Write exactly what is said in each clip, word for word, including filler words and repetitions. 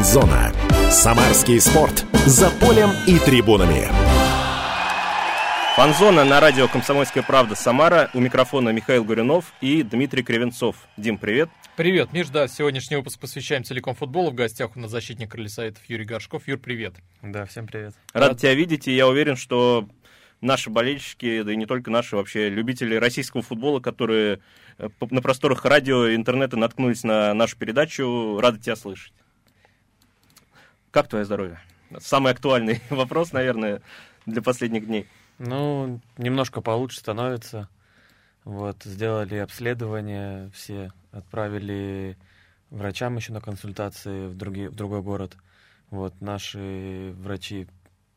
Фан-зона. Самарский спорт. За полем и трибунами. Фан-зона на радио «Комсомольская правда» Самара. У микрофона Михаил Горюнов и Дмитрий Кривенцов. Дим, привет. Привет, Миш, да, сегодняшний выпуск посвящаем целиком футболу. В гостях у нас защитник Крылья Советов Юрий Горшков. Юр, привет. Да, всем привет. Рад, Рад тебя видеть, и я уверен, что наши болельщики, да и не только наши, вообще любители российского футбола, которые на просторах радио и интернета наткнулись на нашу передачу, рады тебя слышать. Как твое здоровье? Самый актуальный вопрос, наверное, для последних дней. Ну, немножко получше становится. Вот, сделали обследование, все отправили врачам еще на консультации в, другие, в другой город. Вот, наши врачи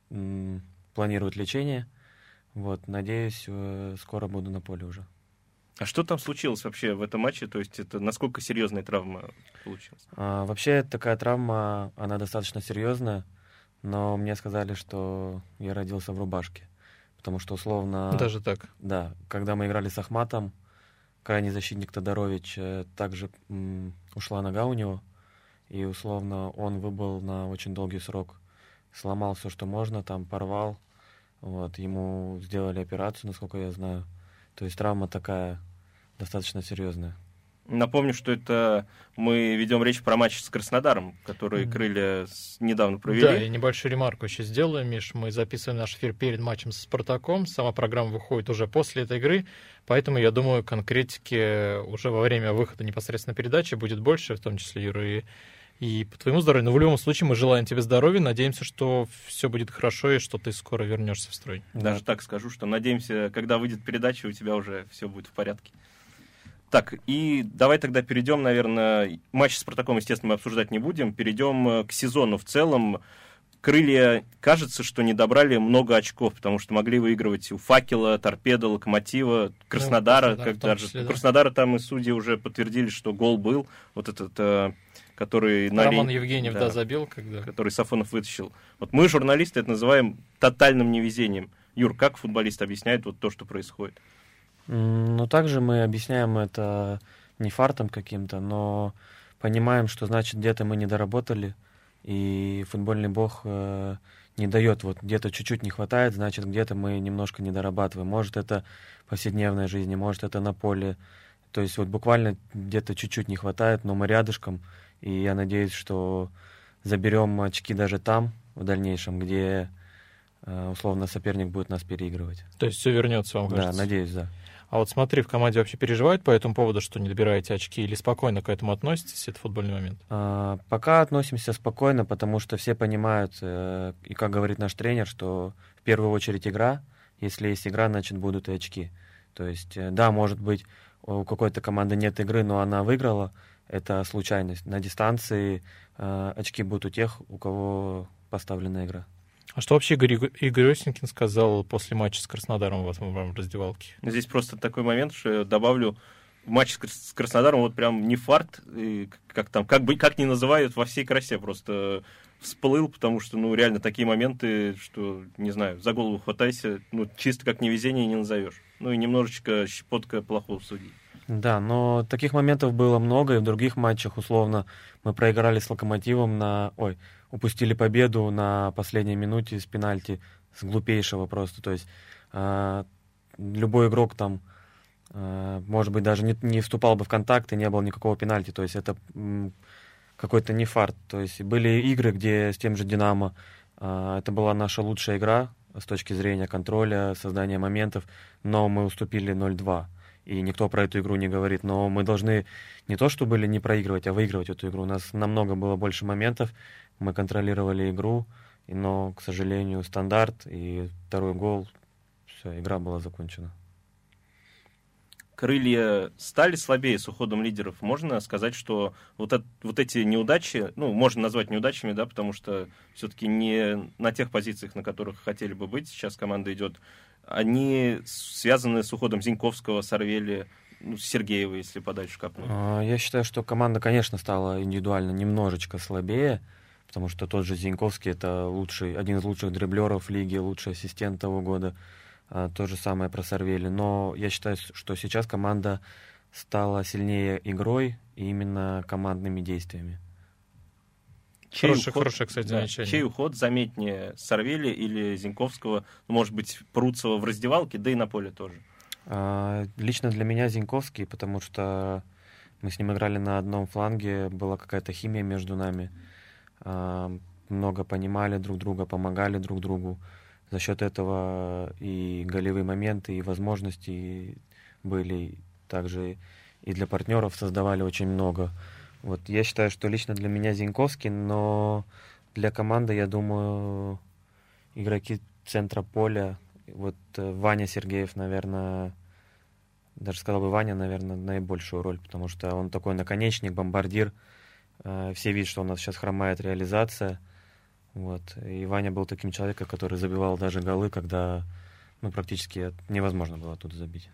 м, планируют лечение. Вот, надеюсь, э, скоро буду на поле уже. А что там случилось вообще в этом матче? То есть это насколько серьезная травма получилась? А, вообще такая травма, она достаточно серьезная, но мне сказали, что я родился в рубашке. Потому что условно... Даже так? Да, когда мы играли с Ахматом, крайний защитник Тодорович, э, также м, ушла нога у него, и условно он выбыл на очень долгий срок. Сломал все, что можно, там порвал. Вот, ему сделали операцию, насколько я знаю. То есть травма такая достаточно серьезная. Напомню, что это мы ведем речь про матч с Краснодаром, который mm-hmm. крылья недавно провели. Да, и небольшую ремарку еще сделаю, Миш. Мы записываем наш эфир перед матчем с Спартаком. Сама программа выходит уже после этой игры, поэтому, я думаю, конкретики уже во время выхода непосредственно передачи будет больше, в том числе, Юра, и, и по твоему здоровью. Но в любом случае мы желаем тебе здоровья, надеемся, что все будет хорошо и что ты скоро вернешься в строй. Даже так скажу, что надеемся, когда выйдет передача, у тебя уже все будет в порядке. Так, и давай тогда перейдем, наверное, матч с Спартаком, естественно, мы обсуждать не будем, перейдем к сезону в целом. Крылья, кажется, что не добрали много очков, потому что могли выигрывать у Факела, Торпедо, Локомотива, Краснодара. Ну, как даже числе, у да. Краснодара там и судьи уже подтвердили, что гол был, вот этот, который... Роман на... Евгеньев, да, да, забил, когда... который Сафонов вытащил. Вот мы, журналисты, это называем тотальным невезением. Юр, как футболист объясняет вот то, что происходит? Ну, также мы объясняем это не фартом каким-то, но понимаем, что, значит, где-то мы не доработали, и футбольный бог э, не дает, вот где-то чуть-чуть не хватает, значит, где-то мы немножко не дорабатываем. Может, это в повседневной жизни, может, это на поле. То есть вот буквально где-то чуть-чуть не хватает, но мы рядышком, и я надеюсь, что заберем очки даже там, в дальнейшем, где, э, условно, соперник будет нас переигрывать. То есть все вернется, вам кажется? Да, надеюсь, да. А вот смотри, в команде вообще переживают по этому поводу, что не добираете очки, или спокойно к этому относитесь, это футбольный момент? А, пока относимся спокойно, потому что все понимают, э, и как говорит наш тренер, что в первую очередь игра, если есть игра, значит будут и очки. То есть, э, да, может быть, у какой-то команды нет игры, но она выиграла, это случайность. На дистанции э, очки будут у тех, у кого поставлена игра. А что вообще Игорь, Игорь Осенькин сказал после матча с Краснодаром у вас в раздевалке? Здесь просто такой момент, что я добавлю, матч с Краснодаром вот прям не фарт, и как там, как бы, как ни называют, во всей красе просто всплыл, потому что, ну, реально такие моменты, что, не знаю, за голову хватайся, ну, чисто как невезение не назовешь. Ну, и немножечко щепотка плохого судьи. Да, но таких моментов было много, и в других матчах, условно, мы проиграли с Локомотивом на... Ой, упустили победу на последней минуте с пенальти, с глупейшего просто. То есть э, любой игрок там, э, может быть, даже не, не вступал бы в контакт, и не было никакого пенальти. То есть это м, какой-то не фарт. То есть были игры, где с тем же «Динамо» э, это была наша лучшая игра с точки зрения контроля, создания моментов, но мы уступили ноль-два. И никто про эту игру не говорит, но мы должны не то, что были не проигрывать, а выигрывать эту игру. У нас намного было больше моментов, мы контролировали игру, но, к сожалению, стандарт и второй гол, все, игра была закончена. Крылья стали слабее с уходом лидеров. Можно сказать, что вот, это, вот эти неудачи, ну, можно назвать неудачами, да, потому что все-таки не на тех позициях, на которых хотели бы быть, сейчас команда идет, они связаны с уходом Зиньковского, Сарвели, ну, Сергеева, если подальше копнуть. Я считаю, что команда, конечно, стала индивидуально немножечко слабее, потому что тот же Зиньковский — это лучший, один из лучших дриблеров лиги, лучший ассистент того года. То же самое про Сарвели. Но я считаю, что сейчас команда стала сильнее игрой и именно командными действиями. Чей Хороший, уход, хорошее, кстати, да, замечание. чей уход заметнее, Сарвели или Зиньковского, может быть, Пруцева в раздевалке, да и на поле тоже? А, лично для меня Зиньковский, потому что мы с ним играли на одном фланге, была какая-то химия между нами. А, много понимали друг друга, помогали друг другу. За счет этого и голевые моменты, и возможности были также и для партнеров создавали очень много. Вот, я считаю, что лично для меня Зиньковский, но для команды, я думаю, игроки центра поля, вот Ваня Сергеев, наверное, даже сказал бы Ваня, наверное, наибольшую роль, потому что он такой наконечник, бомбардир. Все видят, что у нас сейчас хромает реализация. Вот. И Ваня был таким человеком, который забивал даже голы, когда ну, практически невозможно было оттуда забить.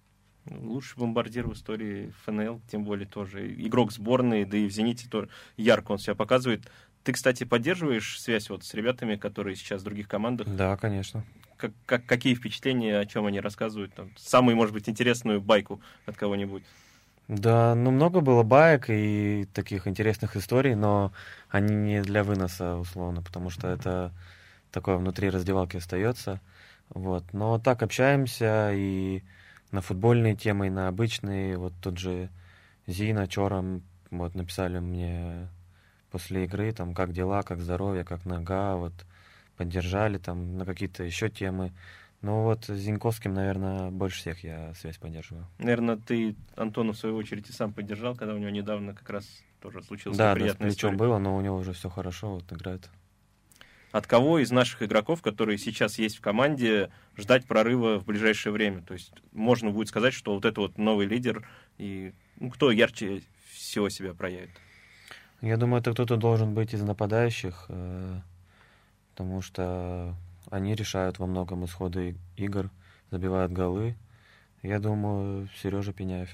Лучший бомбардир в истории ФНЛ, тем более тоже игрок сборной, да и в «Зените» тоже ярко он себя показывает. Ты, кстати, поддерживаешь связь вот с ребятами, которые сейчас в других командах? Да, конечно. Как, как, какие впечатления, о чем они рассказывают? Там, самую, может быть, интересную байку от кого-нибудь? Да, ну много было баек и таких интересных историй, но они не для выноса, условно, потому что это такое внутри раздевалки остается. Вот. Но так общаемся и на футбольные темы, и на обычные. Вот тот же Зина, Чором вот, написали мне после игры, там, как дела, как здоровье, как нога, вот, поддержали там на какие-то еще темы. Ну вот с Зиньковским, наверное, больше всех я связь поддерживаю. Наверное, ты Антона, в свою очередь, и сам поддержал, когда у него недавно как раз тоже случилась да, неприятная да, с плечом история. было, но у него уже все хорошо, вот играет. От кого из наших игроков, которые сейчас есть в команде, ждать прорыва в ближайшее время? То есть можно будет сказать, что вот это вот новый лидер, и ну, кто ярче всего себя проявит? Я думаю, это кто-то должен быть из нападающих, э, потому что они решают во многом исходы игр, забивают голы. Я думаю, Сережа Пеняев.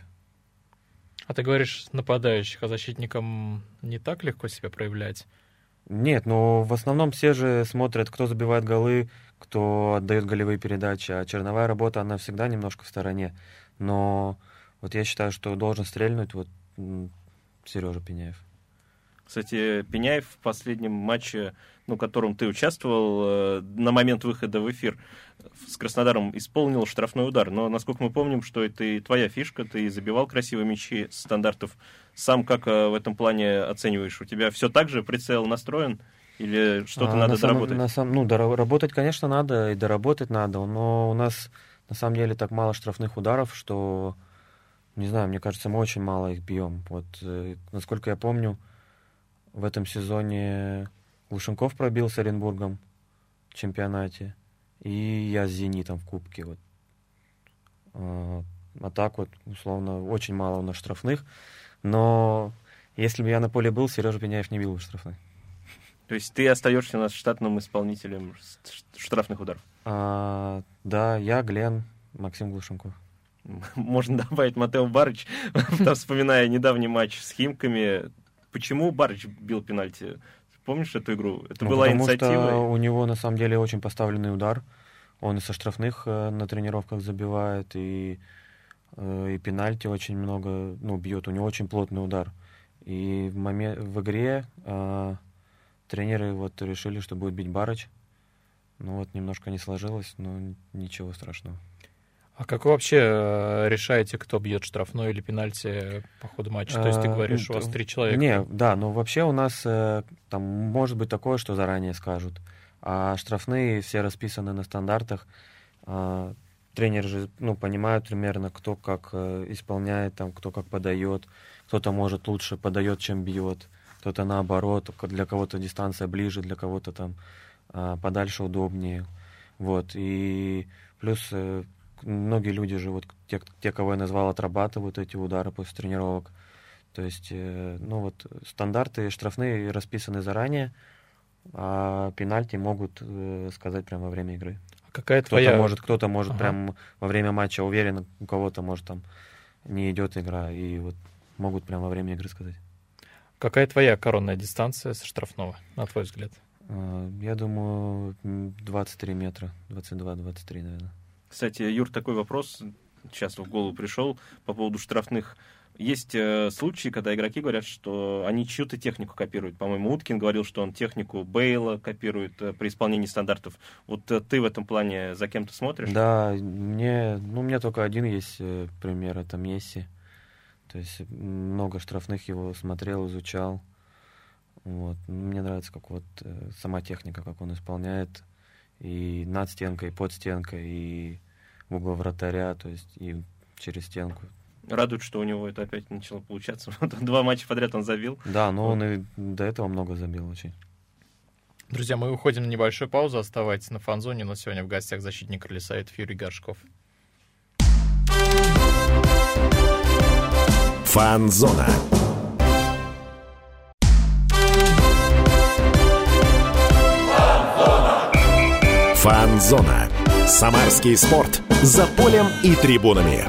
А ты говоришь нападающих, а защитникам не так легко себя проявлять? Нет, но в основном все же смотрят, кто забивает голы, кто отдает голевые передачи, а черновая работа, она всегда немножко в стороне. Но вот я считаю, что должен стрельнуть вот Сережа Пеняев. Кстати, Пеняев в последнем матче, ну, в котором ты участвовал, на момент выхода в эфир с Краснодаром исполнил штрафной удар. Но, насколько мы помним, что это и твоя фишка, ты забивал красивые мячи с стандартов. Сам как в этом плане оцениваешь? У тебя все так же прицел настроен? Или что-то а, надо на самом, доработать? На самом, ну, доработать, конечно, надо, и доработать надо. Но у нас, на самом деле, так мало штрафных ударов, что, не знаю, мне кажется, мы очень мало их бьем. Вот, насколько я помню, в этом сезоне Глушенков пробил с Оренбургом в чемпионате, и я с «Зенитом» в кубке. Вот. А так вот, условно, очень мало у нас штрафных. Но если бы я на поле был, Сережа Пеняев не бил бы штрафных. То есть ты остаешься у нас штатным исполнителем штрафных ударов? А, да, я, Глен, Максим Глушенков. Можно добавить Матео Барыч, вспоминая недавний матч с Химками. Почему Барыч бил пенальти? Помнишь эту игру? Это ну, была потому инициатива. Потому что у него, на самом деле, очень поставленный удар. Он и со штрафных э, на тренировках забивает, и, э, и пенальти очень много ну, бьет. У него очень плотный удар. И в, момент, в игре э, тренеры вот решили, что будет бить Барыч. Ну вот немножко не сложилось, но ничего страшного. А как вы вообще решаете, кто бьет штрафной или пенальти по ходу матча? То есть ты говоришь, у вас три человека? Не, да, но вообще у нас там может быть такое, что заранее скажут. А штрафные все расписаны на стандартах. Тренеры же ну, понимают примерно, кто как исполняет, там, кто как подает. Кто-то, может, лучше подает, чем бьет. Кто-то наоборот, для кого-то дистанция ближе, для кого-то там подальше удобнее. Вот. И плюс многие люди же, вот те, те, кого я назвал, отрабатывают эти удары после тренировок. То есть, ну вот, стандарты штрафные расписаны заранее, а пенальти могут сказать прямо во время игры. А какая кто-то твоя... может, кто-то может ага. прямо во время матча уверен, у кого-то, может, там не идет игра, и вот могут прямо во время игры сказать. Какая твоя коронная дистанция со штрафного, на твой взгляд? Я думаю, двадцать три метра, двадцать два двадцать три, наверное. Кстати, Юр, такой вопрос сейчас в голову пришел по поводу штрафных. Есть э, случаи, когда игроки говорят, что они чью-то технику копируют. По-моему, Уткин говорил, что он технику Бейла копирует э, при исполнении стандартов. Вот э, ты в этом плане за кем-то смотришь? Да, мне, ну, у меня только один есть э, пример, это Месси. То есть много штрафных его смотрел, изучал. Вот. Мне нравится, как вот э, сама техника, как он исполняет. И над стенкой, и под стенкой, и в угол вратаря, то есть и через стенку. Радует, что у него это опять начало получаться. Два матча подряд он забил. Да, но он и до этого много забил очень. Друзья, мы уходим на небольшую паузу. Оставайтесь на Фан-зоне. Но сегодня в гостях защитник Крылья Юрий Горшков. Фан-зона. Фан-зона. Самарский спорт. За полем и трибунами.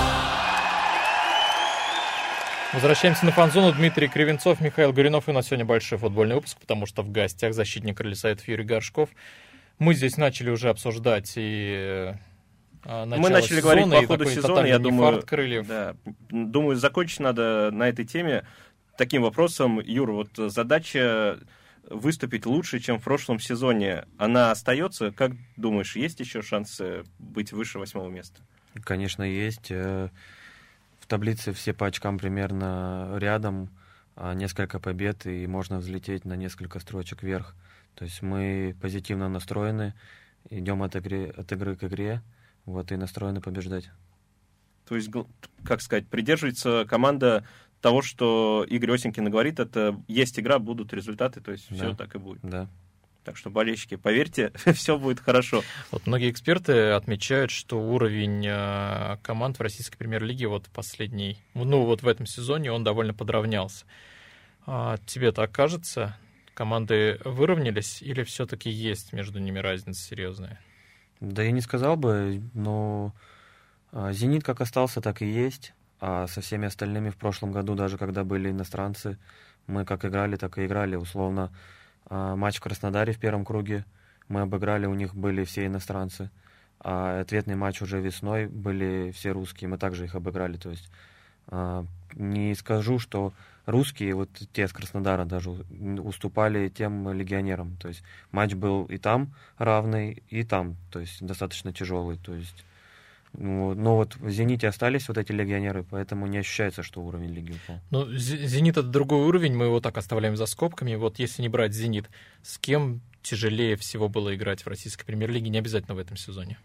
Возвращаемся на Фан-зону. Дмитрий Кривенцов, Михаил Горюнов. И у нас сегодня большой футбольный выпуск, потому что в гостях защитник Крылья Юрий Горшков. Мы здесь начали уже обсуждать и а, начало Мы начали сезона, говорить по ходу сезона, я думаю, крыльев. Да, думаю, закончить надо на этой теме таким вопросом. Юр, вот задача выступить лучше, чем в прошлом сезоне, она остается? Как думаешь, есть еще шансы быть выше восьмого места? Конечно, есть. В таблице все по очкам примерно рядом, несколько побед, и можно взлететь на несколько строчек вверх. То есть мы позитивно настроены, идем от игры, от игры к игре, вот, и настроены побеждать. То есть, как сказать, придерживается команда того, что Игорь Осенькин говорит, это есть игра, будут результаты, то есть да. Все так и будет. Да. Так что, болельщики, поверьте, все будет хорошо. Вот многие эксперты отмечают, что уровень команд в российской премьер-лиге вот последний, ну вот в этом сезоне он довольно подравнялся. А тебе так кажется? Команды выровнялись или все-таки есть между ними разница серьезная? Да я не сказал бы, но «Зенит» как остался, так и есть. А со всеми остальными в прошлом году, даже когда были иностранцы, мы как играли, так и играли. Условно, матч в Краснодаре в первом круге мы обыграли, у них были все иностранцы. А ответный матч уже весной были все русские, мы также их обыграли. То есть не скажу, что русские, вот те с Краснодара даже, уступали тем легионерам. То есть матч был и там равный, и там, то есть достаточно тяжелый. То есть, ну, но вот в «Зените» остались вот эти легионеры, поэтому не ощущается, что уровень лиги упал. Ну, «Зенит» — это другой уровень, мы его так оставляем за скобками. Вот если не брать «Зенит», с кем тяжелее всего было играть в российской премьер-лиге, не обязательно в этом сезоне?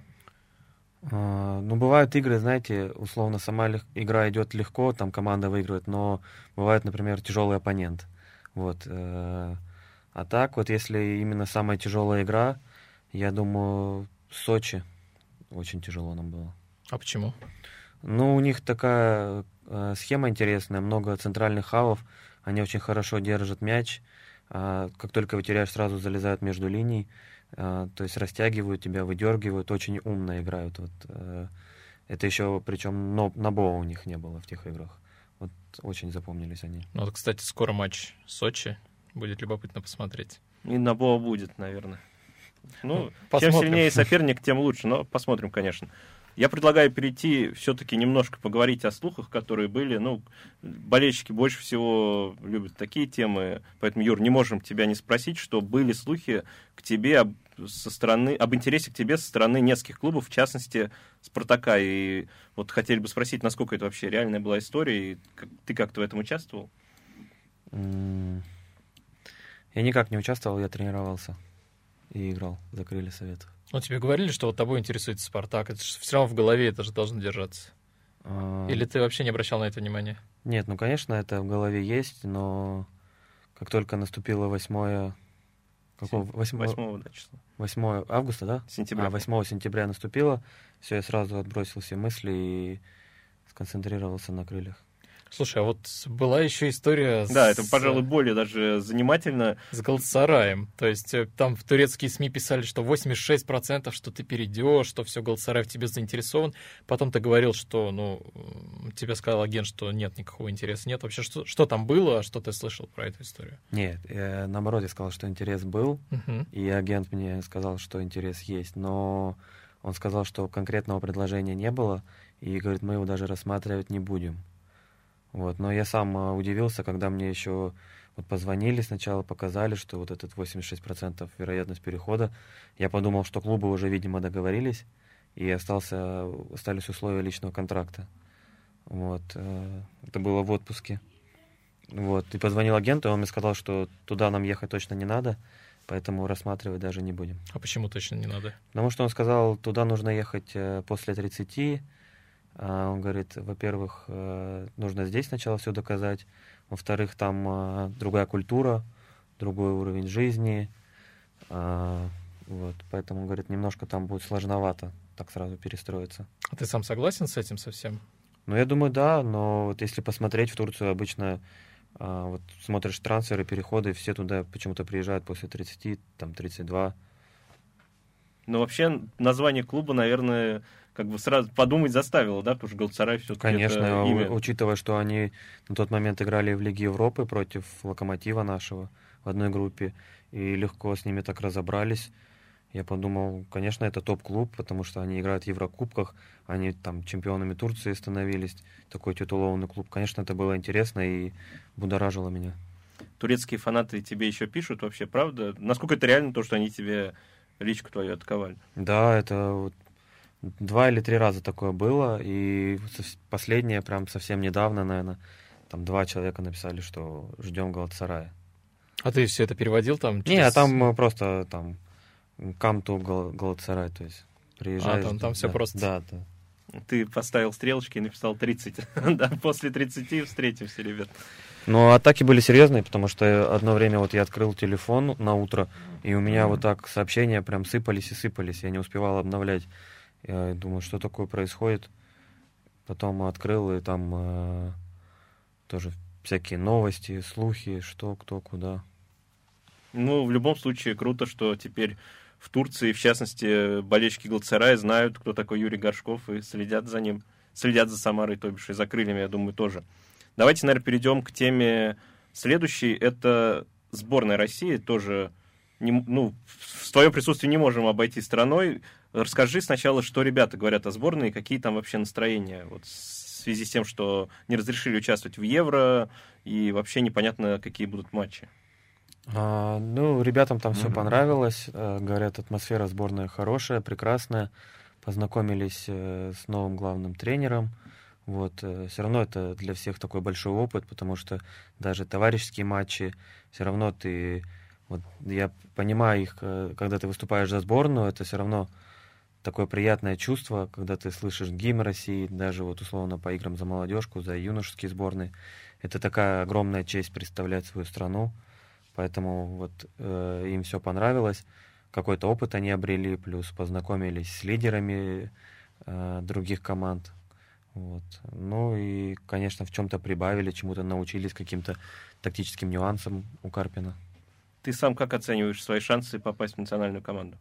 Ну, бывают игры, знаете, условно, сама игра идет легко, там команда выигрывает, но бывает, например, тяжелый оппонент. Вот. А так, вот если именно самая тяжелая игра, я думаю, Сочи очень тяжело нам было. А почему? Ну, у них такая э, схема интересная, много центральных хавов, они очень хорошо держат мяч, э, как только вы теряешь, сразу залезают между линий, э, то есть растягивают тебя, выдергивают, очень умно играют. Вот, э, это еще, причем, но, набоа у них не было в тех играх. Вот очень запомнились они. Ну, вот, кстати, скоро матч Сочи, будет любопытно посмотреть. И набоа будет, наверное. Ну, ну чем сильнее соперник, тем лучше. Но посмотрим, конечно. Я предлагаю перейти все-таки немножко поговорить о слухах, которые были. Ну, болельщики больше всего любят такие темы. Поэтому, Юр, не можем тебя не спросить, что были слухи к тебе об, со стороны, об интересе к тебе со стороны нескольких клубов, в частности, «Спартака». И вот хотели бы спросить, насколько это вообще реальная была история, и ты как-то в этом участвовал? Я никак не участвовал, я тренировался. И играл за «Крылья Советов». Ну, тебе говорили, что вот тобой интересует «Спартак». Это же все равно в голове, это же должно держаться. А... Или ты вообще не обращал на это внимания? Нет, ну, конечно, это в голове есть, но как только наступило восьмое... Какого? восьмого... восьмого да, числа. восьмого августа, да? Сентября. А, восьмого сентября наступило. Все, я сразу отбросил все мысли и сконцентрировался на «Крыльях». Слушай, а вот была еще история с... Да, это, пожалуй, более даже занимательно. С Галатасараем. То есть там в турецкие СМИ писали, что восемьдесят шесть процентов, что ты перейдешь, что все, Галатасарай в тебе заинтересован. Потом ты говорил, что, ну, тебе сказал агент, что нет, никакого интереса нет. Вообще, что, что там было, что ты слышал про эту историю? Нет, я, наоборот, я сказал, что интерес был, uh-huh. и агент мне сказал, что интерес есть, но он сказал, что конкретного предложения не было, и, говорит, мы его даже рассматривать не будем. Вот. Но я сам а, удивился, когда мне еще вот позвонили сначала, показали, что вот этот восемьдесят шесть процентов вероятность перехода. Я подумал, что клубы уже, видимо, договорились, и остался, остались условия личного контракта. Вот. Это было в отпуске. Вот. И позвонил агенту, и он мне сказал, что туда нам ехать точно не надо, поэтому рассматривать даже не будем. А почему точно не надо? Потому что он сказал, туда нужно ехать после тридцати. Он говорит, во-первых, нужно здесь сначала все доказать. Во-вторых, там другая культура, другой уровень жизни. Вот. Поэтому, говорит, немножко там будет сложновато так сразу перестроиться. А ты сам согласен с этим совсем? Ну, я думаю, да, но вот если посмотреть в Турцию, обычно а, вот смотришь трансферы, переходы, все туда почему-то приезжают после тридцати, там, тридцать два. Ну, вообще, название клуба, наверное, как бы сразу подумать заставило, да, потому что Галатасарай все-таки Конечно, это имя. у- учитывая, что они на тот момент играли в Лиге Европы против Локомотива нашего в одной группе, и легко с ними так разобрались. Я подумал, конечно, это топ-клуб, потому что они играют в Еврокубках, они там чемпионами Турции становились, такой титулованный клуб. Конечно, это было интересно и будоражило меня. Турецкие фанаты тебе еще пишут вообще, правда? Насколько это реально то, что они тебе личку твою атаковали? Да, это вот два или три раза такое было, и сос- последнее, прям совсем недавно, наверное, там два человека написали, что ждем Галатасарая. А ты все это переводил там? Не, через- а там э, просто там come to Гал- Галатасарай, то есть приезжаешь. А, там- там всё да, просто. Да, да. Ты поставил стрелочки и написал тридцать. Да, после тридцати встретимся, ребят. Но атаки были серьезные, потому что одно время вот я открыл телефон на утро, и у меня вот так сообщения прям сыпались и сыпались, я не успевал обновлять. Я думаю, что такое происходит. Потом открыл, и там э, тоже всякие новости, слухи, что, кто, куда. Ну, в любом случае, круто, что теперь в Турции, в частности, болельщики Галатасарая знают, кто такой Юрий Горшков, и следят за ним, следят за Самарой, то бишь, и за крыльями, я думаю, тоже. Давайте, наверное, перейдем к теме следующей. Это сборная России, тоже, не, ну, в твоем присутствии не можем обойти стороной. Расскажи сначала, что ребята говорят о сборной, и какие там вообще настроения, вот, в связи с тем, что не разрешили участвовать в Евро, и вообще непонятно, какие будут матчи. А, ну, ребятам там все Мгм. понравилось. Э, Говорят, атмосфера сборная хорошая, прекрасная. Познакомились э, с новым главным тренером. Вот. Все равно это для всех такой большой опыт, потому что даже товарищеские матчи, все равно ты... Вот, я понимаю их, э, когда ты выступаешь за сборную, это все равно такое приятное чувство, когда ты слышишь гимн России, даже вот условно по играм за молодежку, за юношеские сборные. Это такая огромная честь представлять свою страну. Поэтому вот э, им все понравилось. Какой-то опыт они обрели, плюс познакомились с лидерами э, других команд. Вот. Ну и, конечно, в чем-то прибавили, чему-то научились, каким-то тактическим нюансам у Карпина. Ты сам как оцениваешь свои шансы попасть в национальную команду?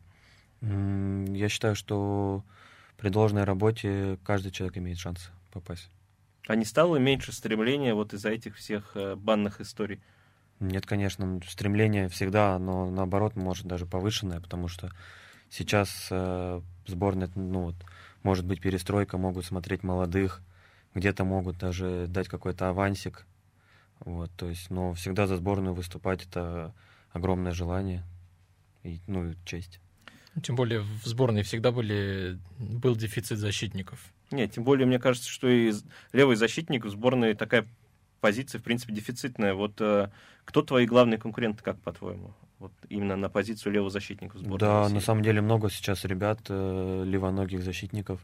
М, Я считаю, что при должной работе каждый человек имеет шанс попасть. А не стало меньше стремления вот из-за этих всех э, банных историй? Нет, конечно, стремление всегда, но наоборот, может даже повышенное, потому что сейчас э, сборная, ну вот, может быть перестройка, могут смотреть молодых, где-то могут даже дать какой-то авансик, вот, то есть, но всегда за сборную выступать это огромное желание и, ну, и честь. Тем более в сборной всегда были, был дефицит защитников. Нет, тем более, мне кажется, что и левый защитник в сборной такая позиция, в принципе, дефицитная. Вот э, кто твои главные конкуренты, как по-твоему? Вот именно на позицию левого защитника в сборной Да, России. на самом деле много сейчас ребят, э, левоногих защитников,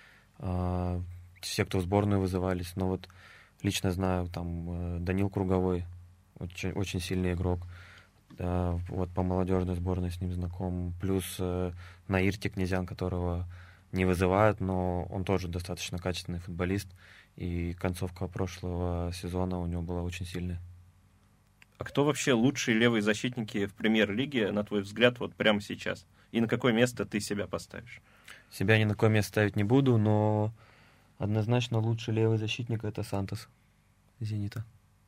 а, все, кто в сборную вызывались, но вот лично знаю, там, э, Данил Круговой, очень, очень сильный игрок. Да, вот по молодежной сборной с ним знаком. Плюс э, Наирти Князян, которого не вызывают, но он тоже достаточно качественный футболист. И концовка прошлого сезона у него была очень сильная. А кто вообще лучшие левые защитники в премьер-лиге, на твой взгляд, вот прямо сейчас? И на какое место ты себя поставишь? Себя ни на какое место ставить не буду, но однозначно лучший левый защитник — это Сантос «Зенита».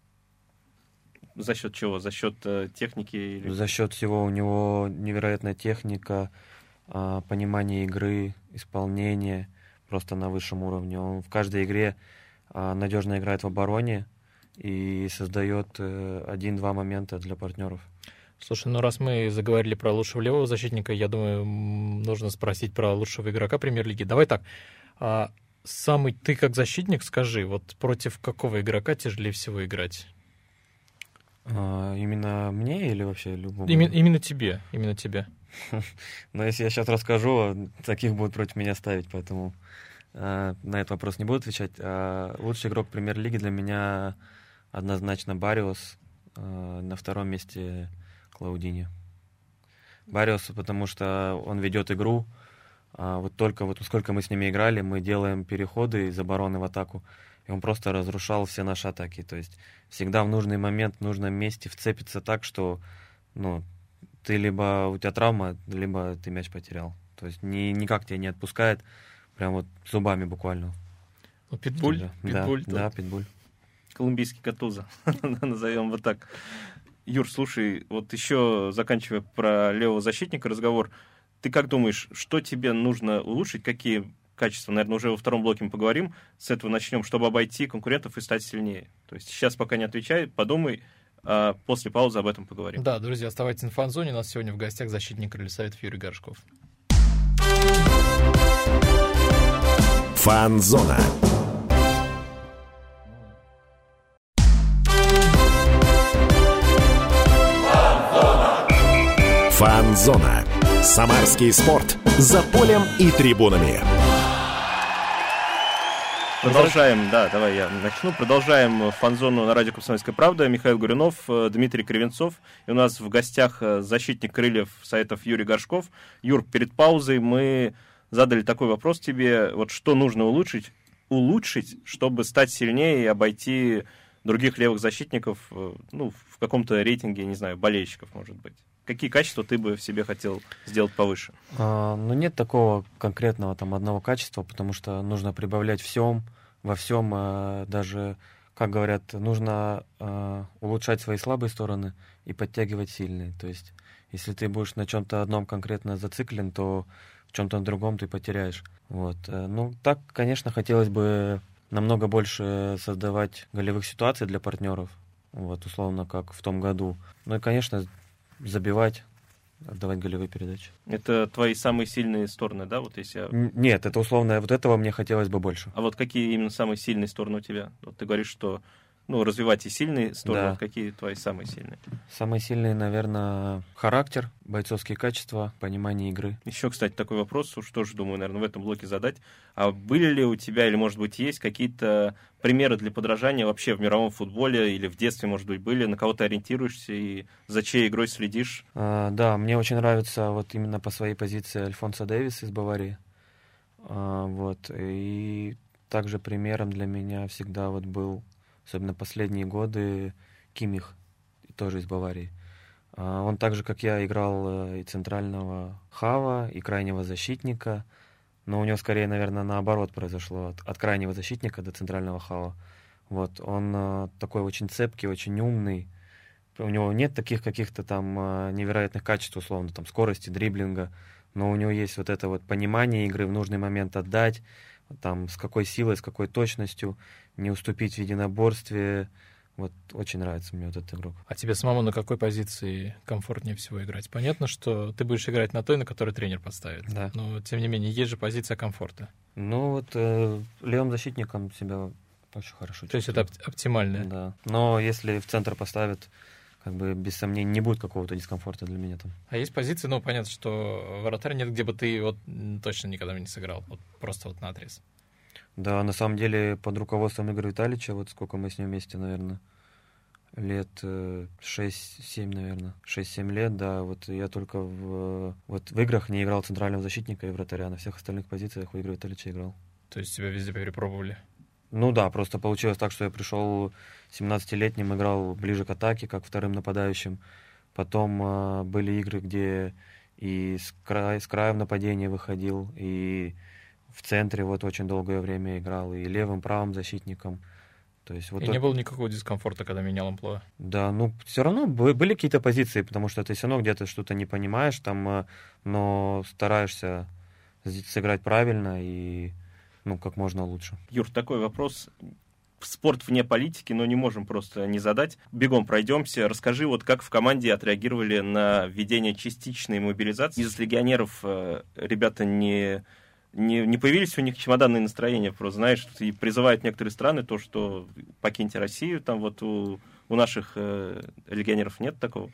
За счет чего? За счет э, техники? Или... За счет всего у него невероятная техника, а, понимание игры, исполнение просто на высшем уровне. Он в каждой игре надежно играет в обороне и создает один-два момента для партнеров. Слушай, ну раз мы заговорили про лучшего левого защитника, я думаю, нужно спросить про лучшего игрока премьер-лиги. Давай так, а самый ты как защитник, скажи, вот против какого игрока тяжелее всего играть? А, именно мне или вообще любому? Именно, именно тебе, именно тебе. Но если я сейчас расскажу, таких будут против меня ставить, поэтому на этот вопрос не буду отвечать. А лучший игрок премьер-лиги для меня однозначно Барриос, на втором месте Клаудини. Барриос, потому что он ведет игру. А вот только вот сколько мы с ними играли, мы делаем переходы из обороны в атаку, и он просто разрушал все наши атаки. То есть всегда в нужный момент, в нужном месте вцепится так, что ну, ты либо у тебя травма, либо ты мяч потерял. То есть ни, никак тебя не отпускает, прям вот зубами буквально. Ну, питбуль? Да, питбуль, да, да, питбуль. Колумбийский Катуза, назовем вот так. Юр, слушай, вот еще заканчивая про левого защитника разговор, ты как думаешь, что тебе нужно улучшить, какие качества, наверное, уже во втором блоке мы поговорим, с этого начнем, чтобы обойти конкурентов и стать сильнее? То есть сейчас пока не отвечай, подумай, а после паузы об этом поговорим. Да, друзья, оставайтесь на Фан-зоне, у нас сегодня в гостях защитник Крылья Советов Юрий Горшков. Фан-зона. Фан-зона. Самарский спорт. За полем и трибунами. Продолжаем, да, давай я начну. Продолжаем фан-зону на радио «Комсомольская правда». Михаил Горюнов, Дмитрий Кривенцов. И у нас в гостях защитник Крыльев Советов Юрий Горшков. Юр, перед паузой мы задали такой вопрос тебе. Вот что нужно улучшить, улучшить, чтобы стать сильнее и обойти других левых защитников, ну, в каком-то рейтинге, не знаю, болельщиков, может быть? Какие качества ты бы в себе хотел сделать повыше? А, ну, нет такого конкретного там одного качества, потому что нужно прибавлять всем, во всем, а, даже, как говорят, нужно а, улучшать свои слабые стороны и подтягивать сильные. То есть, если ты будешь на чем-то одном конкретно зациклен, то в чем-то другом ты потеряешь. Вот. Ну, так, конечно, хотелось бы намного больше создавать голевых ситуаций для партнеров, вот, условно, как в том году. Ну и, конечно, забивать, отдавать голевые передачи. Это твои самые сильные стороны, да? Вот если я... Нет, это условно, вот этого мне хотелось бы больше. А вот какие именно самые сильные стороны у тебя? Вот ты говоришь, что ну, развивать и сильные стороны, Да. Вот какие твои самые сильные? Самые сильные, наверное, характер, бойцовские качества, понимание игры. Еще, кстати, такой вопрос, уж тоже думаю, наверное, в этом блоке задать. А были ли у тебя, или, может быть, есть какие-то примеры для подражания вообще в мировом футболе, или в детстве, может быть, были, на кого ты ориентируешься и за чьей игрой следишь? А, да, мне очень нравится вот именно по своей позиции Альфонсо Дэвис из Баварии. А, вот, и также примером для меня всегда вот был, особенно последние годы, Кимих, тоже из Баварии. Он так же, как я, играл и центрального хава, и крайнего защитника, но у него скорее, наверное, наоборот произошло, от, от крайнего защитника до центрального хава. Вот, он такой очень цепкий, очень умный, у него нет таких каких-то там невероятных качеств, условно, там, скорости, дриблинга, но у него есть вот это вот понимание игры, в нужный момент отдать, там, с какой силой, с какой точностью, не уступить в единоборстве. Вот очень нравится мне вот этот игрок. А тебе самому на какой позиции комфортнее всего играть? Понятно, что ты будешь играть на той, на которой тренер поставит. Да. Но, тем не менее, есть же позиция комфорта. Ну вот э, левым защитником себя очень хорошо То чувствую. есть это оп- оптимальное? Да. Но если в центр поставят, как бы без сомнений не будет какого-то дискомфорта для меня там. А есть позиции, ну, понятно, что вратарь нет, где бы ты вот точно никогда не сыграл. Вот просто вот наотрез. Да, на самом деле под руководством Игоря Витальевича, вот сколько мы с ним вместе, наверное, лет шесть-семь, наверное, шесть-семь лет, да, вот я только в, вот в играх не играл центрального защитника и вратаря, на всех остальных позициях у Игоря Витальевича играл. То есть тебя везде перепробовали? Ну да, просто получилось так, что я пришел семнадцатилетним, играл ближе к атаке, как вторым нападающим. Потом э, были игры, где и с края, с края в нападение выходил, и в центре вот очень долгое время играл, и левым, правым защитником. То есть, вот и это... не было никакого дискомфорта, когда менял амплуа? Да, ну все равно были какие-то позиции, потому что ты все равно где-то что-то не понимаешь, там, но стараешься сыграть правильно и ну, как можно лучше. Юр, такой вопрос. спорт вне политики, но не можем просто не задать. Бегом пройдемся. Расскажи, вот как в команде отреагировали на введение частичной мобилизации. Из легионеров э, ребята не, не, не появились у них чемоданные настроения, просто, знаешь, и призывают некоторые страны то, что покиньте Россию, там вот у, у наших э, легионеров нет такого?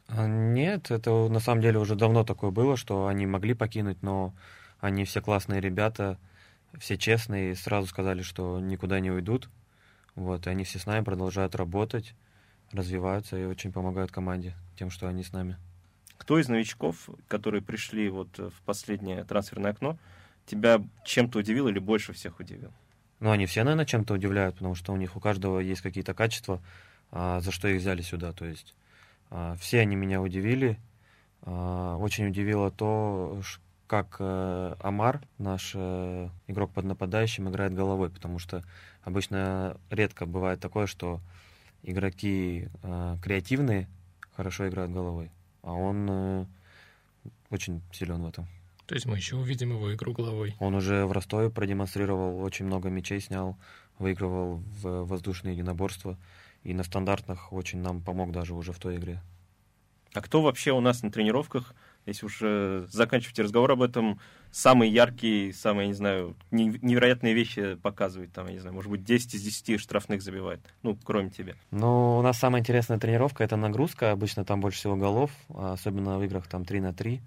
Нет, это на самом деле уже давно такое было, что они могли покинуть, но они все классные ребята, все честные, и сразу сказали, что никуда не уйдут. Вот, и они все с нами продолжают работать, развиваются и очень помогают команде тем, что они с нами. Кто из новичков, которые пришли вот в последнее трансферное окно, тебя чем-то удивил или больше всех удивил? Ну, они все, наверное, чем-то удивляют, потому что у них у каждого есть какие-то качества, а, за что их взяли сюда. То есть а, все они меня удивили. А, очень удивило то, как э, Амар, наш э, игрок под нападающим, играет головой, потому что обычно редко бывает такое, что игроки э, креативные хорошо играют головой, а он э, очень силен в этом. То есть мы еще увидим его игру головой. Он уже в Ростове продемонстрировал, очень много мячей снял, выигрывал в воздушные единоборства, и на стандартных очень нам помог даже уже в той игре. А кто вообще у нас на тренировках, если уж э, заканчивать разговор об этом, самые яркие, самые, не знаю, невероятные вещи показывает, там, я не знаю, может быть, десять из десяти штрафных забивает, ну, кроме тебя? Ну, у нас самая интересная тренировка — это нагрузка, обычно там больше всего голов, особенно в играх там три на три.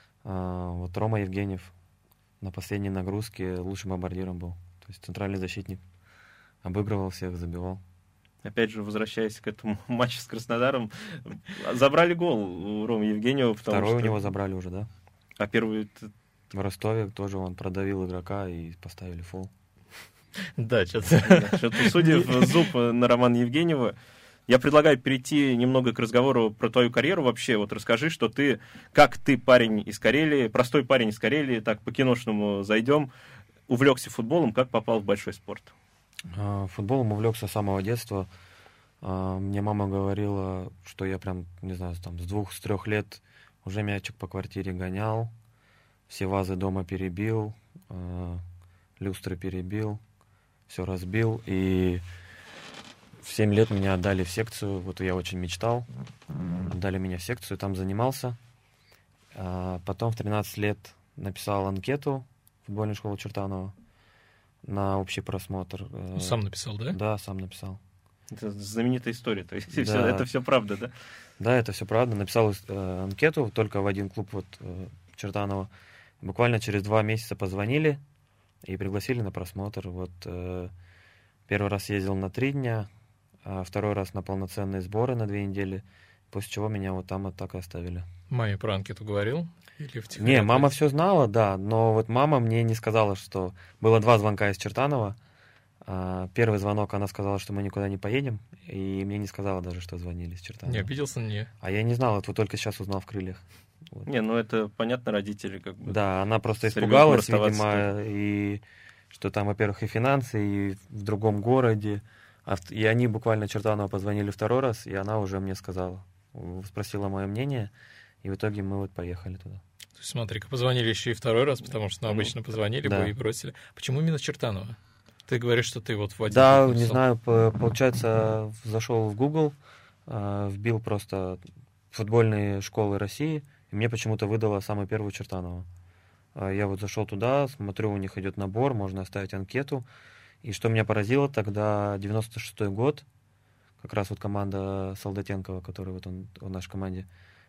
Вот Рома Евгеньев на последней нагрузке лучшим бомбардиром был, то есть центральный защитник, обыгрывал всех, забивал. Опять же, возвращаясь к этому матчу с Краснодаром, забрали гол у Ромы Евгеньева. Второй что... у него забрали уже, да? А первый... В Ростове тоже он продавил игрока и поставили фол. Да, что-то... Что-то, судя в зуб на Романа Евгеньева, я предлагаю перейти немного к разговору про твою карьеру вообще. Вот расскажи, что ты, как ты парень из Карелии, простой парень из Карелии, так по-киношному зайдем, увлекся футболом, как попал в большой спорт? Футболом увлекся с самого детства. Мне мама говорила, что я прям, не знаю, там с двух, с трех лет уже мячик по квартире гонял, все вазы дома перебил, люстры перебил, все разбил. И в семь лет меня отдали в секцию, вот я очень мечтал, отдали меня в секцию, там занимался. Потом в тринадцать лет написал анкету в футбольную школу Чертанова на общий просмотр. Сам написал, да? Да, сам написал. Это знаменитая история, то есть Да. все, это все правда, да? Да, это все правда. Написал э, анкету только в один клуб вот э, Чертанова. Буквально через два месяца позвонили и пригласили на просмотр. Вот э, первый раз ездил на три дня, а второй раз на полноценные сборы на две недели, после чего меня вот там вот так и оставили. Маме про анкету говорил? Или в Не, мама все знала, да, но вот мама мне не сказала, что... Было два звонка из Чертанова. Первый звонок, она сказала, что мы никуда не поедем, и мне не сказала даже, что звонили из Чертанова. Не обиделся на нее? А я не знал, это вот только сейчас узнал в «Крыльях». Вот. Не, ну это понятно, родители как бы... Да, она просто испугалась, видимо, и что там, во-первых, и финансы, и в другом городе. И они буквально Чертанова позвонили второй раз, и она уже мне сказала, спросила мое мнение, и в итоге мы вот поехали туда. То есть, смотри-ка, позвонили еще и второй раз, потому что ну, обычно позвонили да. бы и бросили. Почему именно Чертанова? Ты говоришь, что ты вот в один Да, не знаю, получается, зашел в Google, вбил просто футбольные школы России, и мне почему-то выдало самую первую Чертанова. Я вот зашел туда, смотрю, у них идет набор, можно оставить анкету. И что меня поразило, тогда девяносто шестой год, как раз вот команда Солдатенкова, который вот он в нашей команде,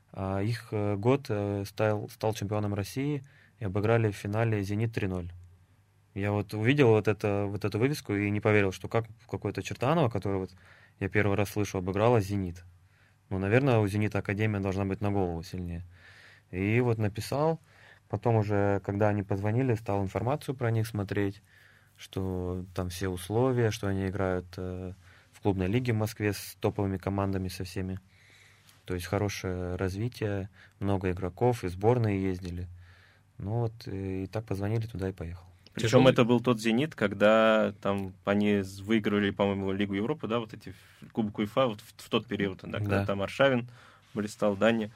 их год стал, стал чемпионом России и обыграли в финале «Зенит» три ноль. Я вот увидел вот, это, вот эту вывеску и не поверил, что как какой-то Чертанова, который вот я первый раз слышу, обыграла «Зенит». Ну, наверное, у «Зенита» академия должна быть на голову сильнее. И вот написал. Потом уже, когда они позвонили, стал информацию про них смотреть, что там все условия, что они играют э, в клубной лиге в Москве с топовыми командами, со всеми. То есть хорошее развитие, много игроков, и сборные ездили. Ну вот, и, и так позвонили туда и поехал. Причем Тяжелый... это был тот «Зенит», когда там они выигрывали, по-моему, Лигу Европы, да, вот эти Кубок УЕФА вот в, в тот период, да, когда да. там Аршавин блистал, Даня.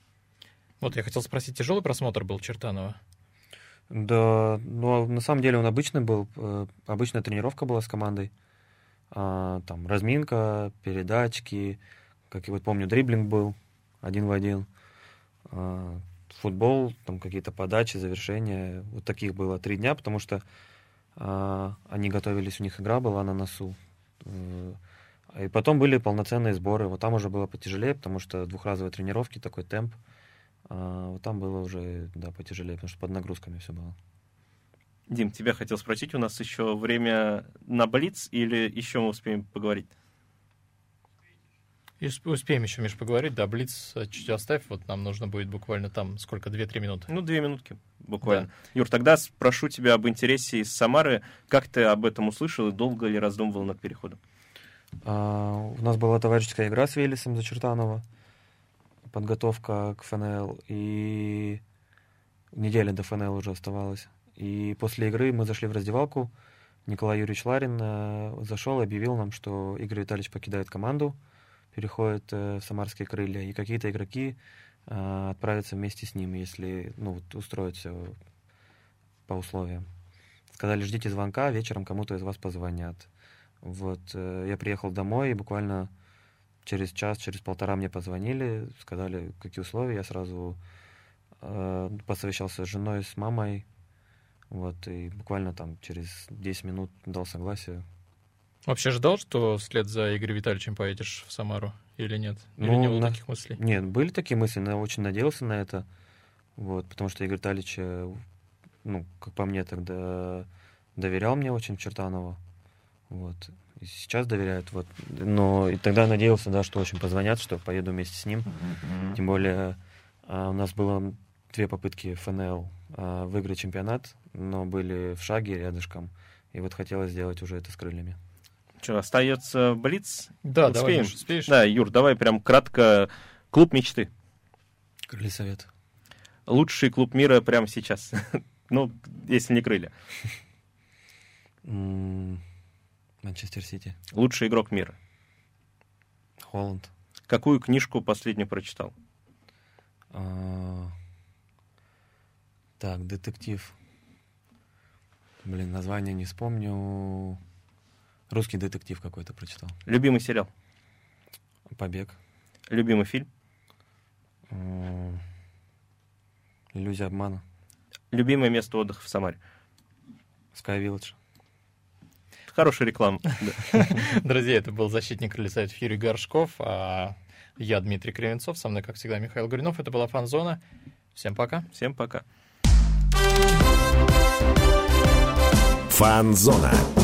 Вот я хотел спросить, тяжелый просмотр был Чертанова? Да, ну на самом деле он обычный был, обычная тренировка была с командой. А, там разминка, передачки, как я вот помню, дриблинг был один в один. А, футбол, там какие-то подачи, завершения. Вот таких было три дня, потому что а, они готовились, у них игра была на носу. И потом были полноценные сборы. Вот там уже было потяжелее, потому что двухразовые тренировки, такой темп. А вот там было уже, да, потяжелее, потому что под нагрузками все было. Дим, тебя хотел спросить, у нас еще время на блиц или еще мы успеем поговорить? И успеем еще, Миш, поговорить. Да, блиц чуть оставь, вот нам нужно будет буквально там, сколько, две-три минуты. Ну, две минутки буквально. Да. Юр, тогда спрошу тебя об интересе из Самары. Как ты об этом услышал и долго ли раздумывал над переходом? А, у нас была товарищеская игра с Велесом за Чертанова, подготовка к ФНЛ, и неделя до ФНЛ уже оставалась. И после игры мы зашли в раздевалку, Николай Юрьевич Ларин э, зашел и объявил нам, что Игорь Витальевич покидает команду, переходит э, в Самарские крылья, и какие-то игроки э, отправятся вместе с ним, если ну, вот, устроить все по условиям. Сказали, ждите звонка, вечером кому-то из вас позвонят. Вот, э, я приехал домой, и буквально через час, через полтора мне позвонили, сказали, какие условия. Я сразу э, посовещался с женой, с мамой, вот, и буквально там через десять минут дал согласие. Вообще ждал, что вслед за Игорем Витальевичем поедешь в Самару или нет? Или Ну, не было на... таких мыслей? Нет, были такие мысли, но я очень надеялся на это, вот, потому что Игорь Витальевич, ну, как по мне, тогда доверял мне очень Чертанову. Вот. И сейчас доверяют. Вот. Но и тогда надеялся, да, что очень позвонят, что поеду вместе с ним. Mm-hmm. Тем более а, у нас было две попытки ФНЛ а, выиграть чемпионат, но были в шаге рядышком. И вот хотелось сделать уже это с крыльями. Что, остается блиц? Да, успеем? давай, Миш, успеешь? Да, Юр, давай прям кратко. Клуб мечты. Крылья совет. Лучший клуб мира прямо сейчас. Ну, если не крылья. Манчестер Сити. Лучший игрок мира. Холланд. Какую книжку последнюю прочитал? А... Так, детектив. Блин, название не вспомню. Русский детектив какой-то прочитал. Любимый сериал? Побег. Любимый фильм? А... Иллюзия обмана. Любимое место отдыха в Самаре? Sky Village. Хорошая реклама. Друзья, это был защитник крылья совет Юрий Горшков, а я Дмитрий Кривенцов, со мной, как всегда, Михаил Горюнов. Это была Фан-зона. Всем пока. Всем пока. Фан-зона.